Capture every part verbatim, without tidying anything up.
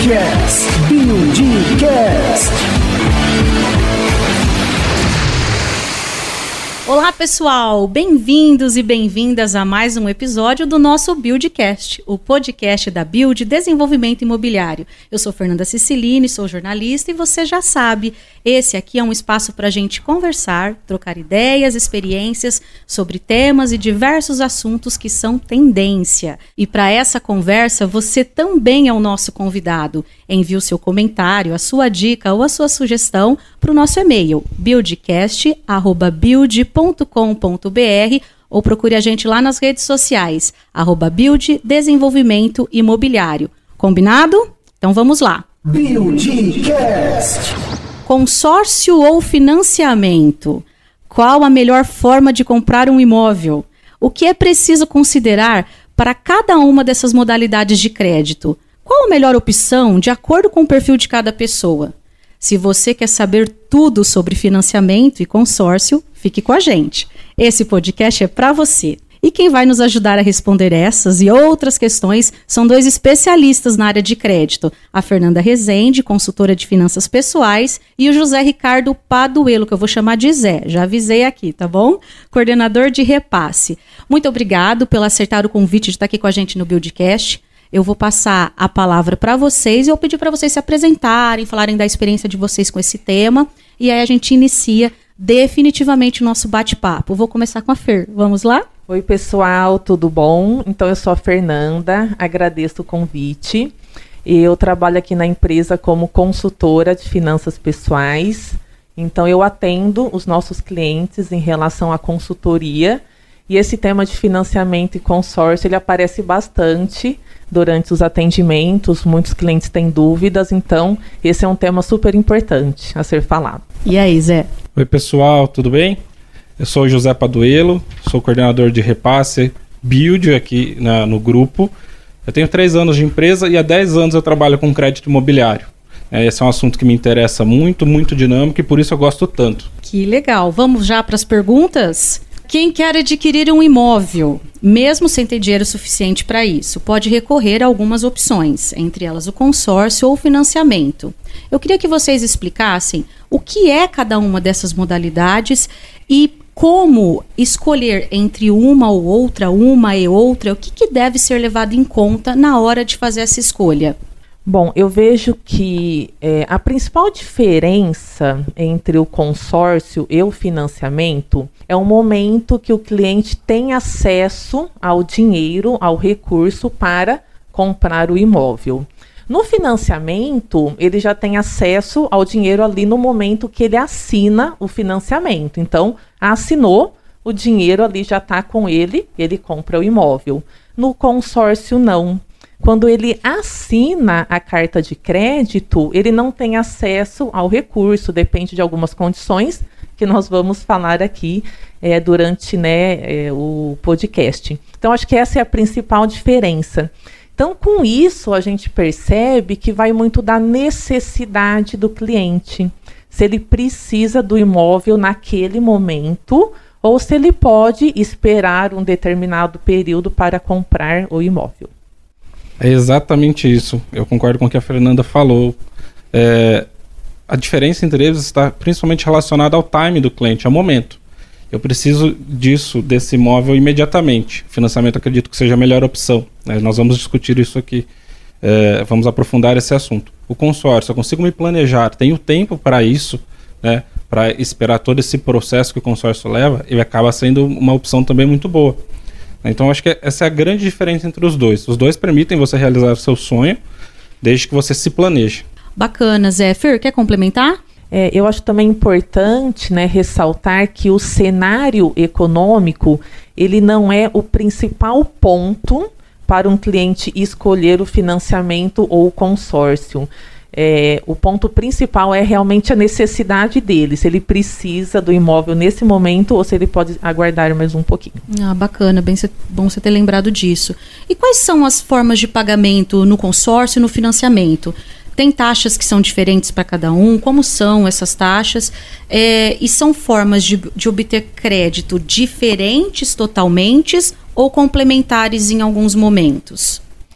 Buildcast. Buildcast. Olá pessoal, bem-vindos e bem-vindas a mais um episódio do nosso Buildcast, o podcast da Build Desenvolvimento Imobiliário. Eu sou Fernanda Ciciline, sou jornalista e você já sabe, esse aqui é um espaço para a gente conversar, trocar ideias, experiências sobre temas e diversos assuntos que são tendência. E para essa conversa, você também é o nosso convidado. Envie o seu comentário, a sua dica ou a sua sugestão para o nosso e-mail, buildcast arroba build ponto com ponto b r ou procure a gente lá nas redes sociais, arroba Build Desenvolvimento Imobiliário. Combinado? Então vamos lá. Buildcast. Consórcio ou financiamento? Qual a melhor forma de comprar um imóvel? O que é preciso considerar para cada uma dessas modalidades de crédito? Qual a melhor opção de acordo com o perfil de cada pessoa? Se você quer saber tudo sobre financiamento e consórcio, fique com a gente. Esse podcast é para você. E quem vai nos ajudar a responder essas e outras questões são dois especialistas na área de crédito. A Fernanda Rezende, consultora de finanças pessoais, e o José Ricardo Paduello, que eu vou chamar de Zé. Já avisei aqui, tá bom? Coordenador de repasse. Muito obrigado pelo aceitar o convite de estar aqui com a gente no Buildcast. Eu vou passar a palavra para vocês e eu pedir para vocês se apresentarem, falarem da experiência de vocês com esse tema. E aí a gente inicia definitivamente o nosso bate-papo. Vou começar com a Fer. Vamos lá? Oi, pessoal, tudo bom? Então, eu sou a Fernanda, agradeço o convite. Eu trabalho aqui na empresa como consultora de finanças pessoais. Então, eu atendo os nossos clientes em relação à consultoria. E esse tema de financiamento e consórcio, ele aparece bastante durante os atendimentos, muitos clientes têm dúvidas, então esse é um tema super importante a ser falado. E aí, Zé? Oi, pessoal, tudo bem? Eu sou o José Paduello, sou coordenador de repasse Build aqui na, no grupo. Eu tenho três anos de empresa e há dez anos eu trabalho com crédito imobiliário. É, esse é um assunto que me interessa muito, muito dinâmico e por isso eu gosto tanto. Que legal. Vamos já para as perguntas? Quem quer adquirir um imóvel, mesmo sem ter dinheiro suficiente para isso, pode recorrer a algumas opções, entre elas o consórcio ou o financiamento. Eu queria que vocês explicassem o que é cada uma dessas modalidades e como escolher entre uma ou outra, uma e outra, o que, que deve ser levado em conta na hora de fazer essa escolha. Bom, eu vejo que é, a principal diferença entre o consórcio e o financiamento é o momento que o cliente tem acesso ao dinheiro, ao recurso para comprar o imóvel. No financiamento, ele já tem acesso ao dinheiro ali no momento que ele assina o financiamento. Então, assinou, o dinheiro ali já está com ele, ele compra o imóvel. No consórcio, não. Quando ele assina a carta de crédito, ele não tem acesso ao recurso, depende de algumas condições que nós vamos falar aqui é, durante né, é, o podcast. Então, acho que essa é a principal diferença. Então, com isso, a gente percebe que vai muito da necessidade do cliente. Se ele precisa do imóvel naquele momento ou se ele pode esperar um determinado período para comprar o imóvel. É exatamente isso. Eu concordo com o que a Fernanda falou. É, a diferença entre eles está principalmente relacionada ao time do cliente, ao momento. Eu preciso disso, desse imóvel imediatamente. O financiamento acredito que seja a melhor opção. Né? Nós vamos discutir isso aqui. É, vamos aprofundar esse assunto. O consórcio, eu consigo me planejar, tenho tempo para isso, né? Para esperar todo esse processo que o consórcio leva, e acaba sendo uma opção também muito boa. Então, acho que essa é a grande diferença entre os dois. Os dois permitem você realizar o seu sonho, desde que você se planeje. Bacana, Zé. Fer, quer complementar? É, eu acho também importante, né, ressaltar que o cenário econômico, ele não é o principal ponto para um cliente escolher o financiamento ou o consórcio. É, o ponto principal é realmente a necessidade dele, se ele precisa do imóvel nesse momento ou se ele pode aguardar mais um pouquinho. Ah, bacana, bem, bom você ter lembrado disso. E quais são as formas de pagamento no consórcio e no financiamento? Tem taxas que são diferentes para cada um? Como são essas taxas? É, e são formas de, de obter crédito diferentes totalmente ou complementares em alguns momentos?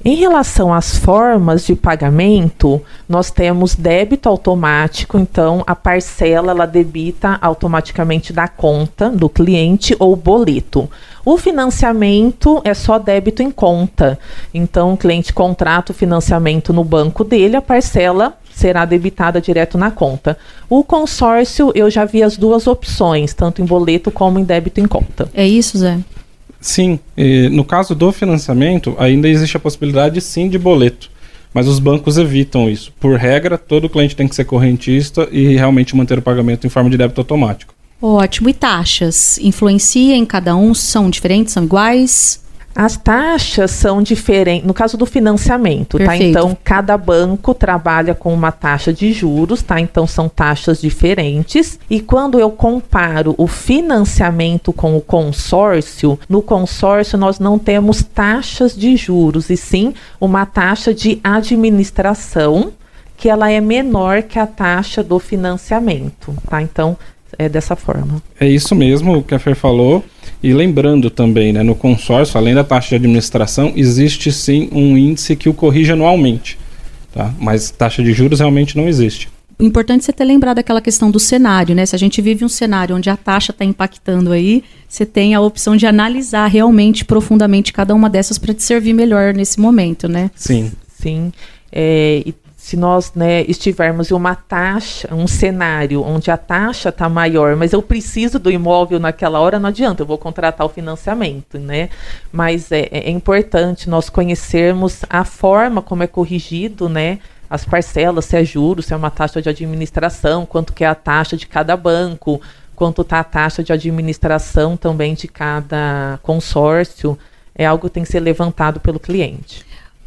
Em relação às formas de pagamento, nós temos débito automático, então a parcela ela debita automaticamente da conta do cliente ou boleto. O financiamento é só débito em conta, então o cliente contrata o financiamento no banco dele, a parcela será debitada direto na conta. O consórcio, eu já vi as duas opções, tanto em boleto como em débito em conta. É isso, Zé? Sim, e no caso do financiamento, ainda existe a possibilidade sim de boleto, mas os bancos evitam isso. Por regra, todo cliente tem que ser correntista e realmente manter o pagamento em forma de débito automático. Ótimo. E taxas? Influencia em cada um? São diferentes? São iguais? As taxas são diferentes, no caso do financiamento, tá? Perfeito. Então, cada banco trabalha com uma taxa de juros, tá? Então, são taxas diferentes. E quando eu comparo o financiamento com o consórcio, no consórcio nós não temos taxas de juros, e sim uma taxa de administração, que ela é menor que a taxa do financiamento, tá? Então, é dessa forma. É isso mesmo o que a Fer falou. E lembrando também, né, no consórcio, além da taxa de administração, existe sim um índice que o corrige anualmente, tá? Mas taxa de juros realmente não existe. O importante é você ter lembrado daquela questão do cenário, né? Se a gente vive um cenário onde a taxa está impactando aí, você tem a opção de analisar realmente, profundamente, cada uma dessas para te servir melhor nesse momento, né? Sim. Sim. É, e se nós, né, estivermos em uma taxa, um cenário onde a taxa está maior, mas eu preciso do imóvel naquela hora, não adianta, eu vou contratar o financiamento, né? Mas é, é importante nós conhecermos a forma como é corrigido, né, as parcelas, se é juros, se é uma taxa de administração, quanto que é a taxa de cada banco, quanto está a taxa de administração também de cada consórcio, é algo que tem que ser levantado pelo cliente.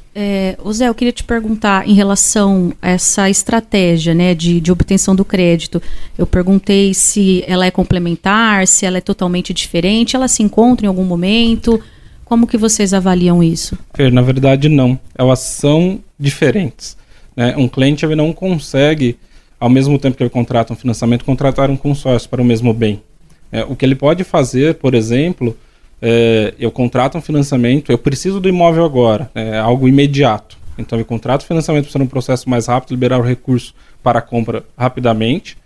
É, Zé, eu queria te perguntar em relação a essa estratégia, né, de, de obtenção do crédito. Eu perguntei se ela é complementar, se ela é totalmente diferente, ela se encontra em algum momento. Como que vocês avaliam isso? Fer, na verdade não. Elas são diferentes, né? Um cliente ele não consegue, ao mesmo tempo que ele contrata um financiamento, contratar um consórcio para o mesmo bem. É, o que ele pode fazer, por exemplo... É, eu contrato um financiamento, eu preciso do imóvel agora, é algo imediato. Então eu contrato o financiamento para ser um processo mais rápido, liberar o recurso para a compra rapidamente.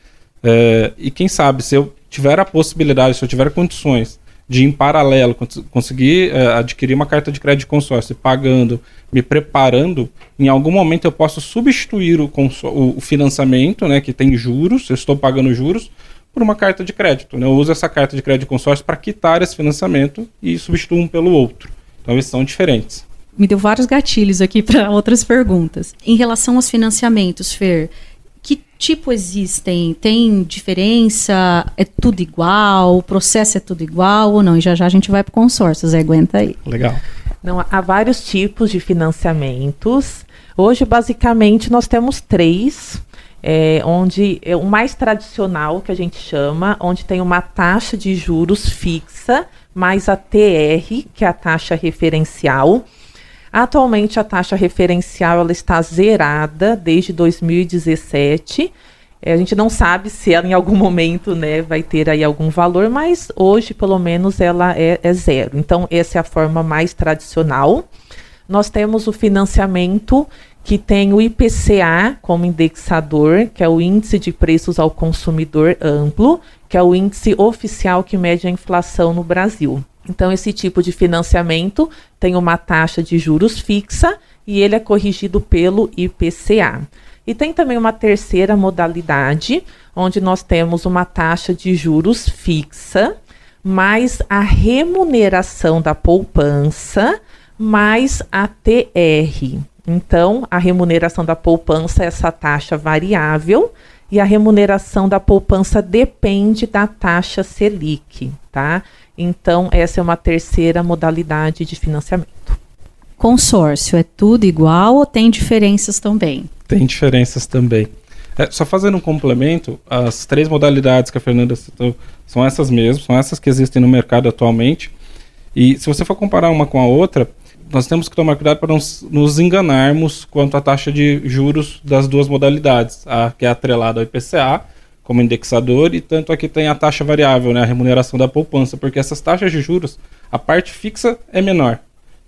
É, e quem sabe, se eu tiver a possibilidade, se eu tiver condições de, em paralelo, cons- conseguir é, adquirir uma carta de crédito de consórcio, pagando, me preparando, em algum momento eu posso substituir o, consó- o, o financiamento, né, que tem juros, eu estou pagando juros, por uma carta de crédito, né? Eu uso essa carta de crédito de consórcio para quitar esse financiamento e substituo um pelo outro. Então, eles são diferentes. Me deu vários gatilhos aqui para outras perguntas. Em relação aos financiamentos, Fer, que tipo existem? Tem diferença? É tudo igual? O processo é tudo igual ou não? E já já a gente vai para o consórcio, Zé, aguenta aí. Legal. Não, há vários tipos de financiamentos. Hoje, basicamente, nós temos três. É, onde é o mais tradicional, que a gente chama, onde tem uma taxa de juros fixa, mais a T R, que é a taxa referencial. Atualmente, a taxa referencial ela está zerada desde dois mil e dezessete. É, a gente não sabe se ela em algum momento, né, vai ter aí algum valor, mas hoje, pelo menos, ela é, é zero. Então, essa é a forma mais tradicional. Nós temos o financiamento que tem o I P C A como indexador, que é o Índice de Preços ao Consumidor Amplo, que é o índice oficial que mede a inflação no Brasil. Então, esse tipo de financiamento tem uma taxa de juros fixa e ele é corrigido pelo I P C A. E tem também uma terceira modalidade, onde nós temos uma taxa de juros fixa, mais a remuneração da poupança, mais a T R. Então, a remuneração da poupança é essa taxa variável e a remuneração da poupança depende da taxa Selic, tá? Então, essa é uma terceira modalidade de financiamento. Consórcio, é tudo igual ou tem diferenças também? Tem diferenças também. É, só fazendo um complemento, as três modalidades que a Fernanda citou são essas mesmas, são essas que existem no mercado atualmente. E se você for comparar uma com a outra, nós temos que tomar cuidado para não nos enganarmos quanto à taxa de juros das duas modalidades, a que é atrelada ao I P C A como indexador e tanto aqui tem a taxa variável, né, a remuneração da poupança, porque essas taxas de juros, a parte fixa é menor.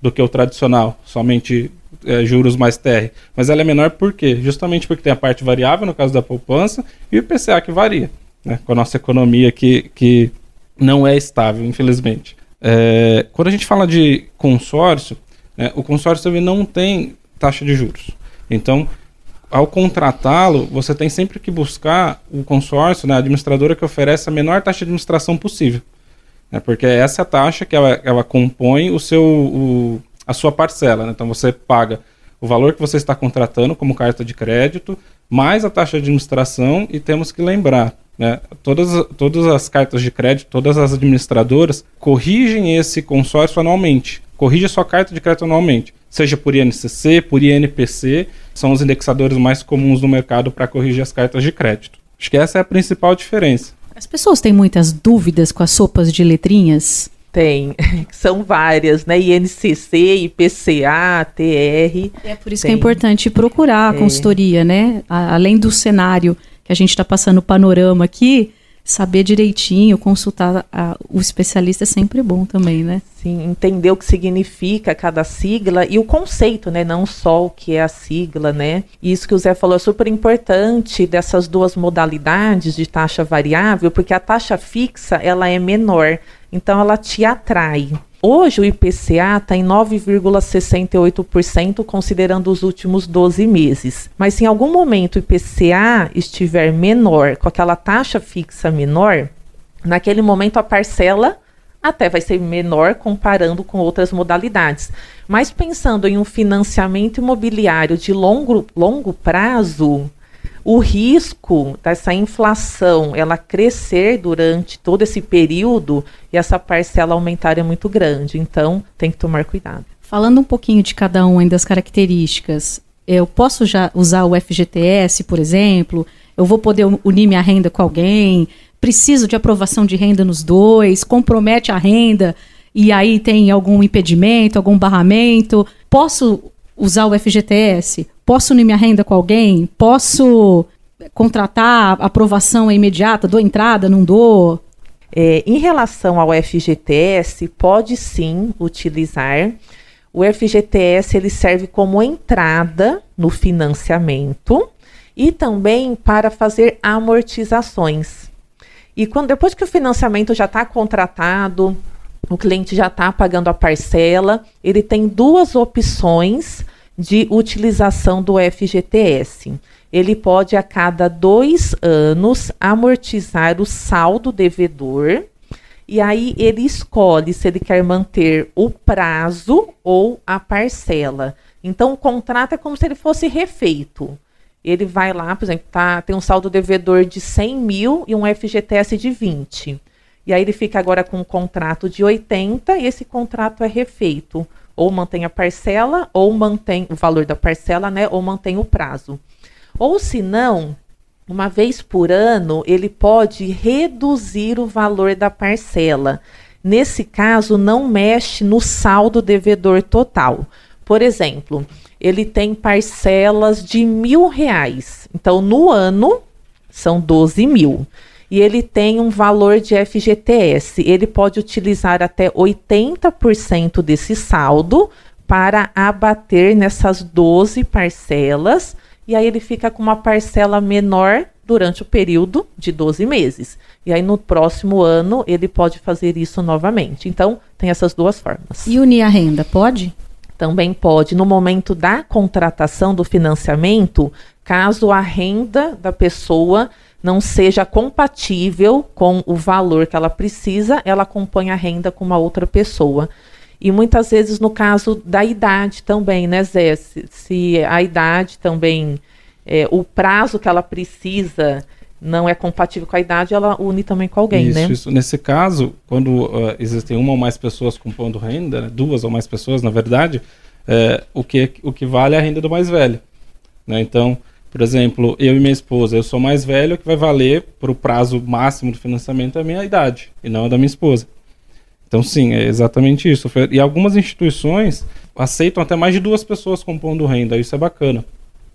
do que o tradicional, somente é, juros mais T R. Mas ela é menor por quê? Justamente porque tem a parte variável, no caso da poupança, e o I P C A que varia, né, com a nossa economia que, que não é estável, infelizmente. É, quando a gente fala de consórcio, né, o consórcio também não tem taxa de juros. Então, ao contratá-lo, você tem sempre que buscar o consórcio, né, a administradora que oferece a menor taxa de administração possível. Né, porque é essa taxa que ela, ela compõe o seu, o, a sua parcela. Né? Então, você paga o valor que você está contratando como carta de crédito, mais a taxa de administração, e temos que lembrar, né, todas, todas as cartas de crédito, todas as administradoras corrigem esse consórcio anualmente. Corrige a sua carta de crédito anualmente. Seja por I N C C, por I N P C, são os indexadores mais comuns no mercado para corrigir as cartas de crédito. Acho que essa é a principal diferença. As pessoas têm muitas dúvidas com as sopas de letrinhas? Tem, são várias, né? I N C C, I P C A, T R. É por isso tem. que é importante procurar a consultoria, né? A, além do cenário que a gente está passando o panorama aqui, saber direitinho, consultar a, o especialista é sempre bom também, né? Sim, entender o que significa cada sigla e o conceito, né? Não só o que é a sigla, né? E isso que o Zé falou é super importante dessas duas modalidades de taxa variável, porque a taxa fixa, ela é menor, então ela te atrai. Hoje o I P C A está em nove vírgula sessenta e oito por cento, considerando os últimos doze meses. Mas se em algum momento o I P C A estiver menor, com aquela taxa fixa menor, naquele momento a parcela até vai ser menor comparando com outras modalidades. Mas pensando em um financiamento imobiliário de longo, longo prazo, o risco dessa inflação, ela crescer durante todo esse período e essa parcela aumentar é muito grande. Então, tem que tomar cuidado. Falando um pouquinho de cada uma das características, eu posso já usar o F G T S, por exemplo? Eu vou poder unir minha renda com alguém? Preciso de aprovação de renda nos dois? Compromete a renda e aí tem algum impedimento, algum barramento? Posso usar o F G T S? Posso unir minha renda com alguém? Posso contratar a aprovação imediata? Dou entrada, não dou? É, em relação ao F G T S, pode sim utilizar. O F G T S ele serve como entrada no financiamento e também para fazer amortizações. E quando, depois que o financiamento já está contratado, o cliente já está pagando a parcela, ele tem duas opções de utilização do F G T S. Ele pode, a cada dois anos, amortizar o saldo devedor, e aí ele escolhe se ele quer manter o prazo ou a parcela. Então, o contrato é como se ele fosse refeito. Ele vai lá, por exemplo, tá, tem um saldo devedor de cem mil e um F G T S de vinte. E aí ele fica agora com um contrato de oitenta e esse contrato é refeito. Ou mantém a parcela, ou mantém o valor da parcela, né? Ou mantém o prazo. Ou se não, uma vez por ano, ele pode reduzir o valor da parcela. Nesse caso, não mexe no saldo devedor total. Por exemplo, ele tem parcelas de mil reais. Então, no ano, são doze mil. E ele tem um valor de F G T S. Ele pode utilizar até oitenta por cento desse saldo para abater nessas doze parcelas. E aí ele fica com uma parcela menor durante o período de doze meses. E aí no próximo ano ele pode fazer isso novamente. Então tem essas duas formas. E unir a renda, pode? Também pode. No momento da contratação do financiamento, caso a renda da pessoa não seja compatível com o valor que ela precisa, ela compõe a renda com uma outra pessoa. E muitas vezes no caso da idade também, né, Zé? Se, se a idade também, é, o prazo que ela precisa não é compatível com a idade, ela une também com alguém, isso, né? Isso. Nesse caso, quando uh, existem uma ou mais pessoas compondo renda, né, duas ou mais pessoas, na verdade, é, o, que, o que vale é a renda do mais velho. Né? Então, por exemplo, eu e minha esposa, eu sou mais velho, o que vai valer para o prazo máximo do financiamento é a minha idade, e não a da minha esposa. Então, sim, é exatamente isso. E algumas instituições aceitam até mais de duas pessoas compondo renda, isso é bacana.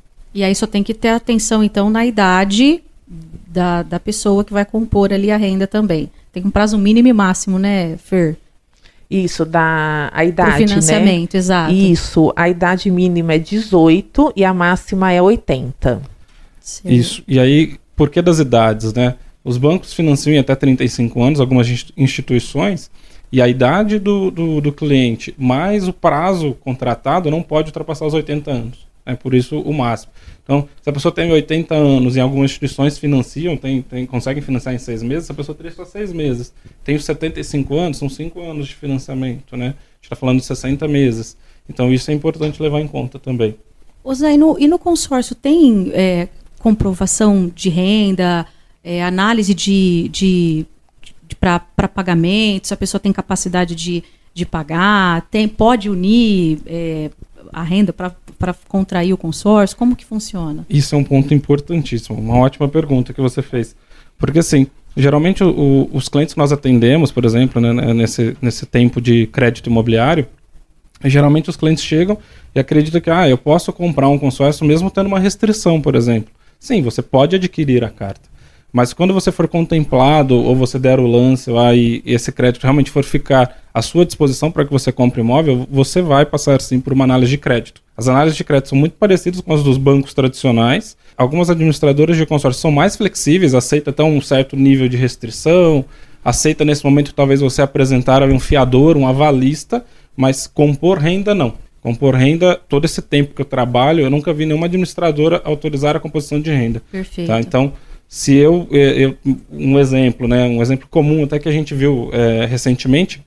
E aí só tem que ter atenção, então, na idade da, da pessoa que vai compor ali a renda também. Tem um prazo mínimo e máximo, né, Fer? Isso, da a idade, Pro financiamento, né? exato. Isso, a idade mínima é dezoito e a máxima é oitenta. Sim. Isso, e aí, por que das idades, né? Os bancos financiam em até trinta e cinco anos, algumas instituições, e a idade do, do, do cliente mais o prazo contratado não pode ultrapassar os oitenta anos. É por isso o máximo. Então, se a pessoa tem oitenta anos e algumas instituições financiam, tem, tem, conseguem financiar em seis meses, a pessoa teria só seis meses. Tem os setenta e cinco anos, são cinco anos de financiamento, né? A gente está falando de sessenta meses. Então, isso é importante levar em conta também. Ô Zé, e no, e no consórcio tem é, comprovação de renda, é, análise de, de, de para pagamento, se a pessoa tem capacidade de, de pagar, tem, pode unir é, a renda para contrair o consórcio? Como que funciona? Isso é um ponto importantíssimo, uma ótima pergunta que você fez. Porque assim, geralmente o, o, os clientes que nós atendemos, por exemplo, né, nesse, nesse tempo de crédito imobiliário, geralmente os clientes chegam e acreditam que ah, eu posso comprar um consórcio mesmo tendo uma restrição, por exemplo. Sim, você pode adquirir a carta. Mas quando você for contemplado ou você der o lance lá e esse crédito realmente for ficar à sua disposição para que você compre imóvel, você vai passar sim por uma análise de crédito. As análises de crédito são muito parecidas com as dos bancos tradicionais. Algumas administradoras de consórcio são mais flexíveis, aceitam até um certo nível de restrição, aceita nesse momento talvez você apresentar um fiador, um avalista, mas compor renda não. Compor renda, todo esse tempo que eu trabalho, eu nunca vi nenhuma administradora autorizar a composição de renda. Perfeito. Tá? Então, se eu, eu, um exemplo, né, um exemplo comum até que a gente viu é, recentemente,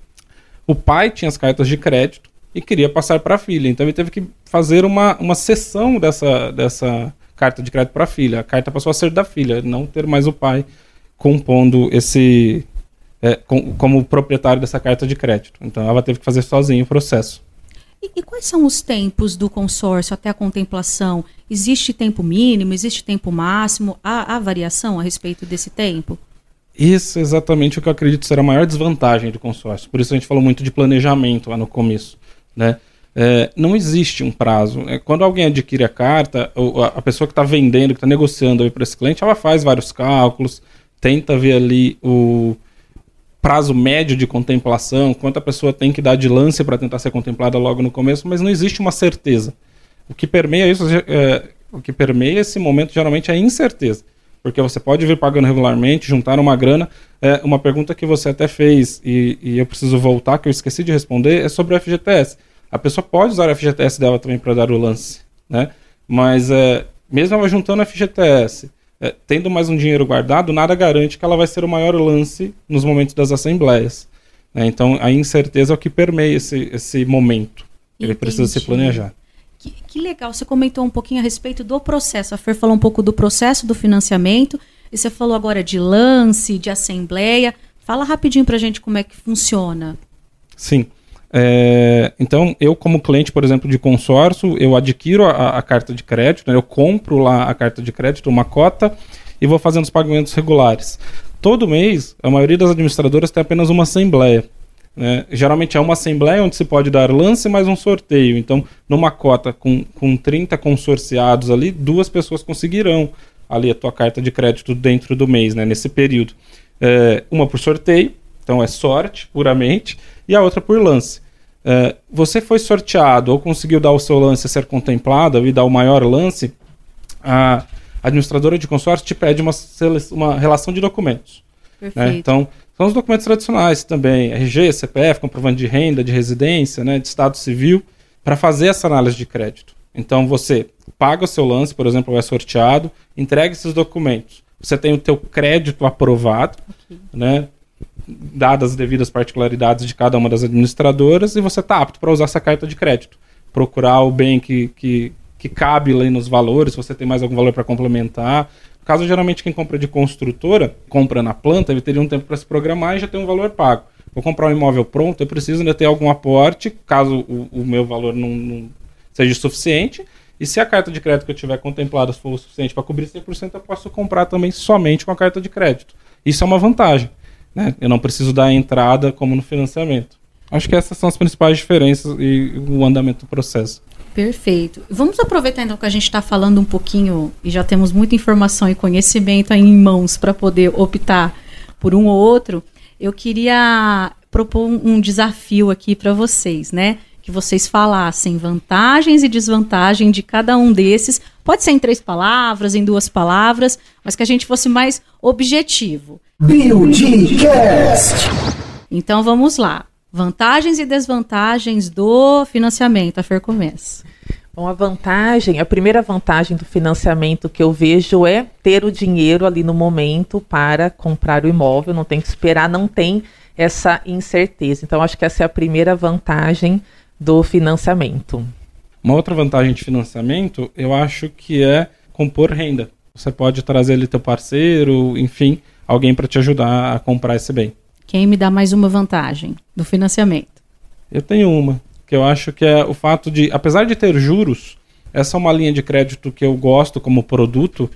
o pai tinha as cartas de crédito e queria passar para a filha, então ele teve que fazer uma, uma cessão dessa, dessa carta de crédito para a filha. A carta passou a ser da filha, não ter mais o pai compondo esse, é, com, como proprietário dessa carta de crédito. Então ela teve que fazer sozinha o processo. E, e quais são os tempos do consórcio até a contemplação? Existe tempo mínimo, existe tempo máximo? Há, há variação a respeito desse tempo? Isso é exatamente o que eu acredito ser a maior desvantagem do consórcio. Por isso a gente falou muito de planejamento lá no começo, né? É, não existe um prazo. É, quando alguém adquire a carta, a, a pessoa que está vendendo, que está negociando para esse cliente, ela faz vários cálculos, tenta ver ali o prazo médio de contemplação, quanto a pessoa tem que dar de lance para tentar ser contemplada logo no começo, mas não existe uma certeza. O que permeia isso, é, o que permeia esse momento geralmente é a incerteza, porque você pode vir pagando regularmente, juntar uma grana. É, uma pergunta que você até fez e, e eu preciso voltar, que eu esqueci de responder, é sobre o F G T S. A pessoa pode usar o F G T S dela também para dar o lance, né? Mas é, mesmo ela juntando o F G T S, é, tendo mais um dinheiro guardado, nada garante que ela vai ser o maior lance nos momentos das assembleias, né? Então a incerteza é o que permeia esse, esse momento. Ele Entendi. precisa se planejar. Que, que legal, você comentou um pouquinho a respeito do processo. A Fer falou um pouco do processo do financiamento, e você falou agora de lance, de assembleia. Fala rapidinho pra gente como é que funciona. Sim. É, então, eu como cliente, por exemplo, de consórcio, eu adquiro a, a carta de crédito, né, eu compro lá a carta de crédito, uma cota, e vou fazendo os pagamentos regulares. Todo mês, a maioria das administradoras tem apenas uma assembleia, né? Geralmente é uma assembleia onde se pode dar lance mais um sorteio. Então, numa cota com, com trinta consorciados ali, duas pessoas conseguirão ali a tua carta de crédito dentro do mês, né, nesse período. É, uma por sorteio, então é sorte puramente, e a outra por lance. Uh, você foi sorteado ou conseguiu dar o seu lance a ser contemplado e dar o maior lance, a administradora de consórcio te pede uma, uma relação de documentos. Né? Então, são os documentos tradicionais também, R G, C P F, comprovante de renda, de residência, né, de estado civil, para fazer essa análise de crédito. Então, você paga o seu lance, por exemplo, é sorteado, entrega esses documentos. Você tem o teu crédito aprovado, okay, né, dadas as devidas particularidades de cada uma das administradoras, e você está apto para usar essa carta de crédito. Procurar o bem que, que, que cabe ali nos valores, se você tem mais algum valor para complementar. No caso, geralmente, quem compra de construtora, compra na planta, ele teria um tempo para se programar e já tem um valor pago. Vou comprar um imóvel pronto, eu preciso ainda ter algum aporte, caso o, o meu valor não, não seja suficiente. E se a carta de crédito que eu tiver contemplada for o suficiente para cobrir cem por cento, eu posso comprar também somente com a carta de crédito. Isso é uma vantagem, né? Eu não preciso dar a entrada como no financiamento. Acho que essas são as principais diferenças e o andamento do processo. Perfeito. Vamos aproveitar então que a gente está falando um pouquinho e já temos muita informação e conhecimento aí em mãos para poder optar por um ou outro. Eu queria propor um, um desafio aqui para vocês, né? Que vocês falassem vantagens e desvantagens de cada um desses. Pode ser em três palavras, em duas palavras, mas que a gente fosse mais objetivo. B U G Cast. Então vamos lá. Vantagens e desvantagens do financiamento. A Fer começa. Bom, a vantagem, a primeira vantagem do financiamento que eu vejo é ter o dinheiro ali no momento para comprar o imóvel, não tem que esperar, não tem essa incerteza. Então, acho que essa é a primeira vantagem do financiamento. Uma outra vantagem de financiamento, eu acho que é compor renda. Você pode trazer ali teu parceiro, enfim, alguém para te ajudar a comprar esse bem. Quem me dá mais uma vantagem do financiamento? Eu tenho uma. Que eu acho que é o fato de, apesar de ter juros, essa é uma linha de crédito que eu gosto como produto,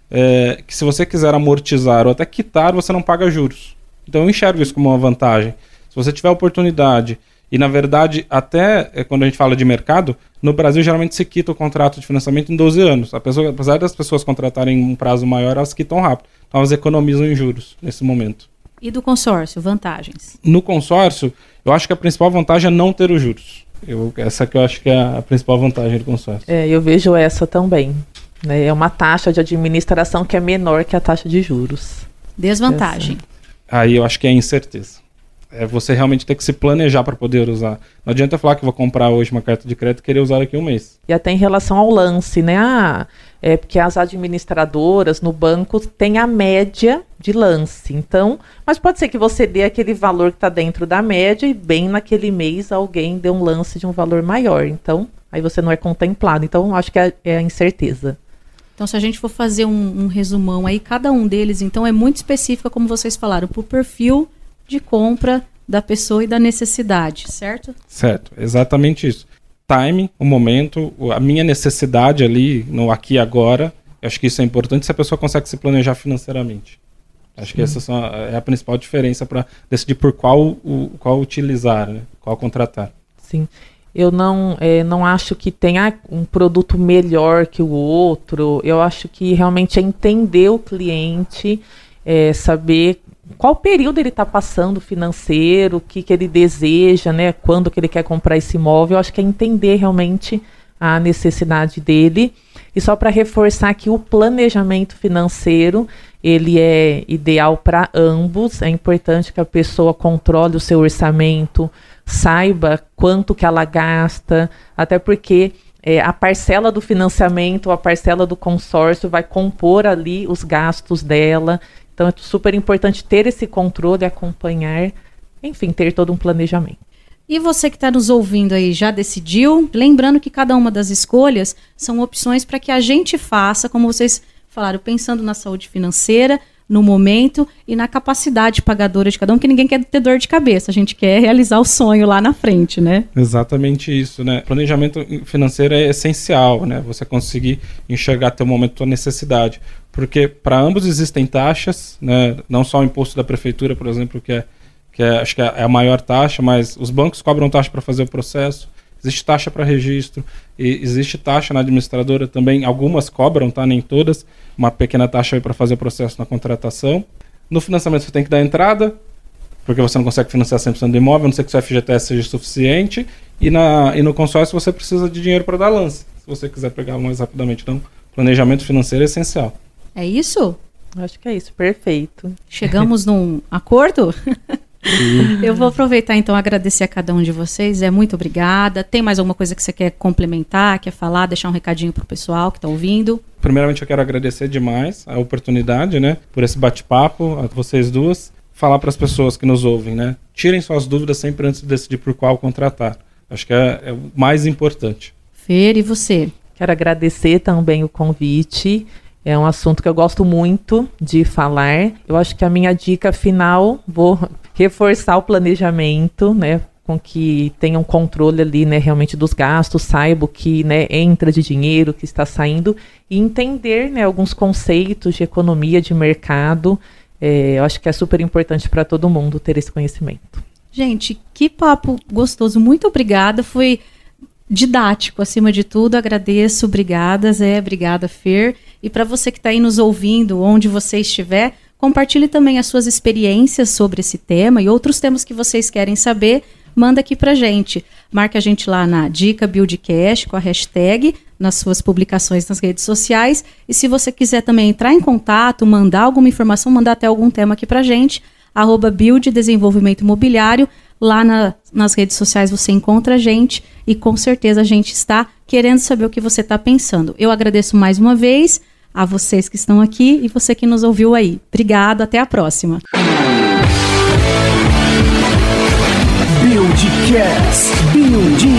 é, que se você quiser amortizar ou até quitar, você não paga juros. Então eu enxergo isso como uma vantagem. Se você tiver oportunidade, e na verdade, até é, quando a gente fala de mercado, no Brasil geralmente se quita o contrato de financiamento em doze anos. A pessoa, apesar das pessoas contratarem um prazo maior, elas quitam rápido. Então elas economizam em juros nesse momento. E do consórcio, vantagens? No consórcio, eu acho que a principal vantagem é não ter os juros. Eu, essa que eu acho que é a principal vantagem do consórcio. É, eu vejo essa também. Né? É uma taxa de administração que é menor que a taxa de juros. Desvantagem? Essa. Aí eu acho que é a incerteza. É você realmente ter que se planejar para poder usar. Não adianta eu falar que eu vou comprar hoje uma carta de crédito e querer usar daqui a um mês. E até em relação ao lance, né? Ah, é porque as administradoras no banco têm a média de lance. Então, mas pode ser que você dê aquele valor que está dentro da média e bem naquele mês alguém dê um lance de um valor maior. Então, aí você não é contemplado. Então, acho que é, é a incerteza. Então, se a gente for fazer um, um resumão aí, cada um deles, então, é muito específica, como vocês falaram, para o perfil de compra da pessoa e da necessidade, certo? Certo, exatamente isso. Time, o momento, a minha necessidade ali, no aqui e agora, eu acho que isso é importante se a pessoa consegue se planejar financeiramente. Acho Sim. que essa são a, é a principal diferença para decidir por qual, o, qual utilizar, né? Qual contratar. Sim, eu não, é, não acho que tenha um produto melhor que o outro, eu acho que realmente é entender o cliente, é, saber qual período ele está passando financeiro, o que, que ele deseja, né? Quando que ele quer comprar esse imóvel. Eu acho que é entender realmente a necessidade dele. E só para reforçar que o planejamento financeiro, ele é ideal para ambos. É importante que a pessoa controle o seu orçamento, saiba quanto que ela gasta, até porque é, a parcela do financiamento, a parcela do consórcio vai compor ali os gastos dela. Então é super importante ter esse controle, acompanhar, enfim, ter todo um planejamento. E você que está nos ouvindo aí, já decidiu? Lembrando que cada uma das escolhas são opções para que a gente faça, como vocês falaram, pensando na saúde financeira, no momento e na capacidade pagadora de cada um, que ninguém quer ter dor de cabeça, a gente quer realizar o sonho lá na frente, né? Exatamente isso, né? Planejamento financeiro é essencial, né? Você conseguir enxergar teu momento, tua necessidade. Porque para ambos existem taxas, né? Não só o imposto da prefeitura, por exemplo, que é, que é acho que é a maior taxa, mas os bancos cobram taxa para fazer o processo, existe taxa para registro, e existe taxa na administradora também, algumas cobram, tá? Nem todas, uma pequena taxa para fazer o processo na contratação. No financiamento você tem que dar entrada, porque você não consegue financiar cem por cento do imóvel, a não ser que o seu F G T S seja suficiente, e, na, e no consórcio você precisa de dinheiro para dar lance, se você quiser pegar mais rapidamente. Então, planejamento financeiro é essencial. É isso? Acho que é isso, perfeito. Chegamos num acordo? Eu vou aproveitar então agradecer a cada um de vocês, é muito obrigada. Tem mais alguma coisa que você quer complementar, quer falar, deixar um recadinho pro pessoal que está ouvindo? Primeiramente eu quero agradecer demais a oportunidade, né, por esse bate-papo, a vocês duas. Falar para as pessoas que nos ouvem, né, tirem suas dúvidas sempre antes de decidir por qual contratar. Acho que é, é o mais importante. Fer, e você? Quero agradecer também o convite. É um assunto que eu gosto muito de falar. Eu acho que a minha dica final, vou reforçar o planejamento, né, com que tenha um controle ali, né, realmente dos gastos, saiba o que, né, entra de dinheiro, o que está saindo, e entender, né, alguns conceitos de economia, de mercado. É, eu acho que é super importante para todo mundo ter esse conhecimento. Gente, que papo gostoso. Muito obrigada. Foi didático, acima de tudo. Agradeço. Obrigada, Zé. Obrigada, Fer. E para você que está aí nos ouvindo, onde você estiver, Compartilhe também as suas experiências sobre esse tema e outros temas que vocês querem saber. Manda aqui pra gente. Marque a gente lá na Dica Buildcast com a hashtag nas suas publicações nas redes sociais. E se você quiser também entrar em contato, mandar alguma informação, mandar até algum tema aqui pra gente, arroba Build Desenvolvimento Imobiliário. Lá na, nas redes sociais você encontra a gente e com certeza a gente está querendo saber o que você está pensando. Eu agradeço mais uma vez a vocês que estão aqui e você que nos ouviu aí. Obrigado, até a próxima. Buildcast, Build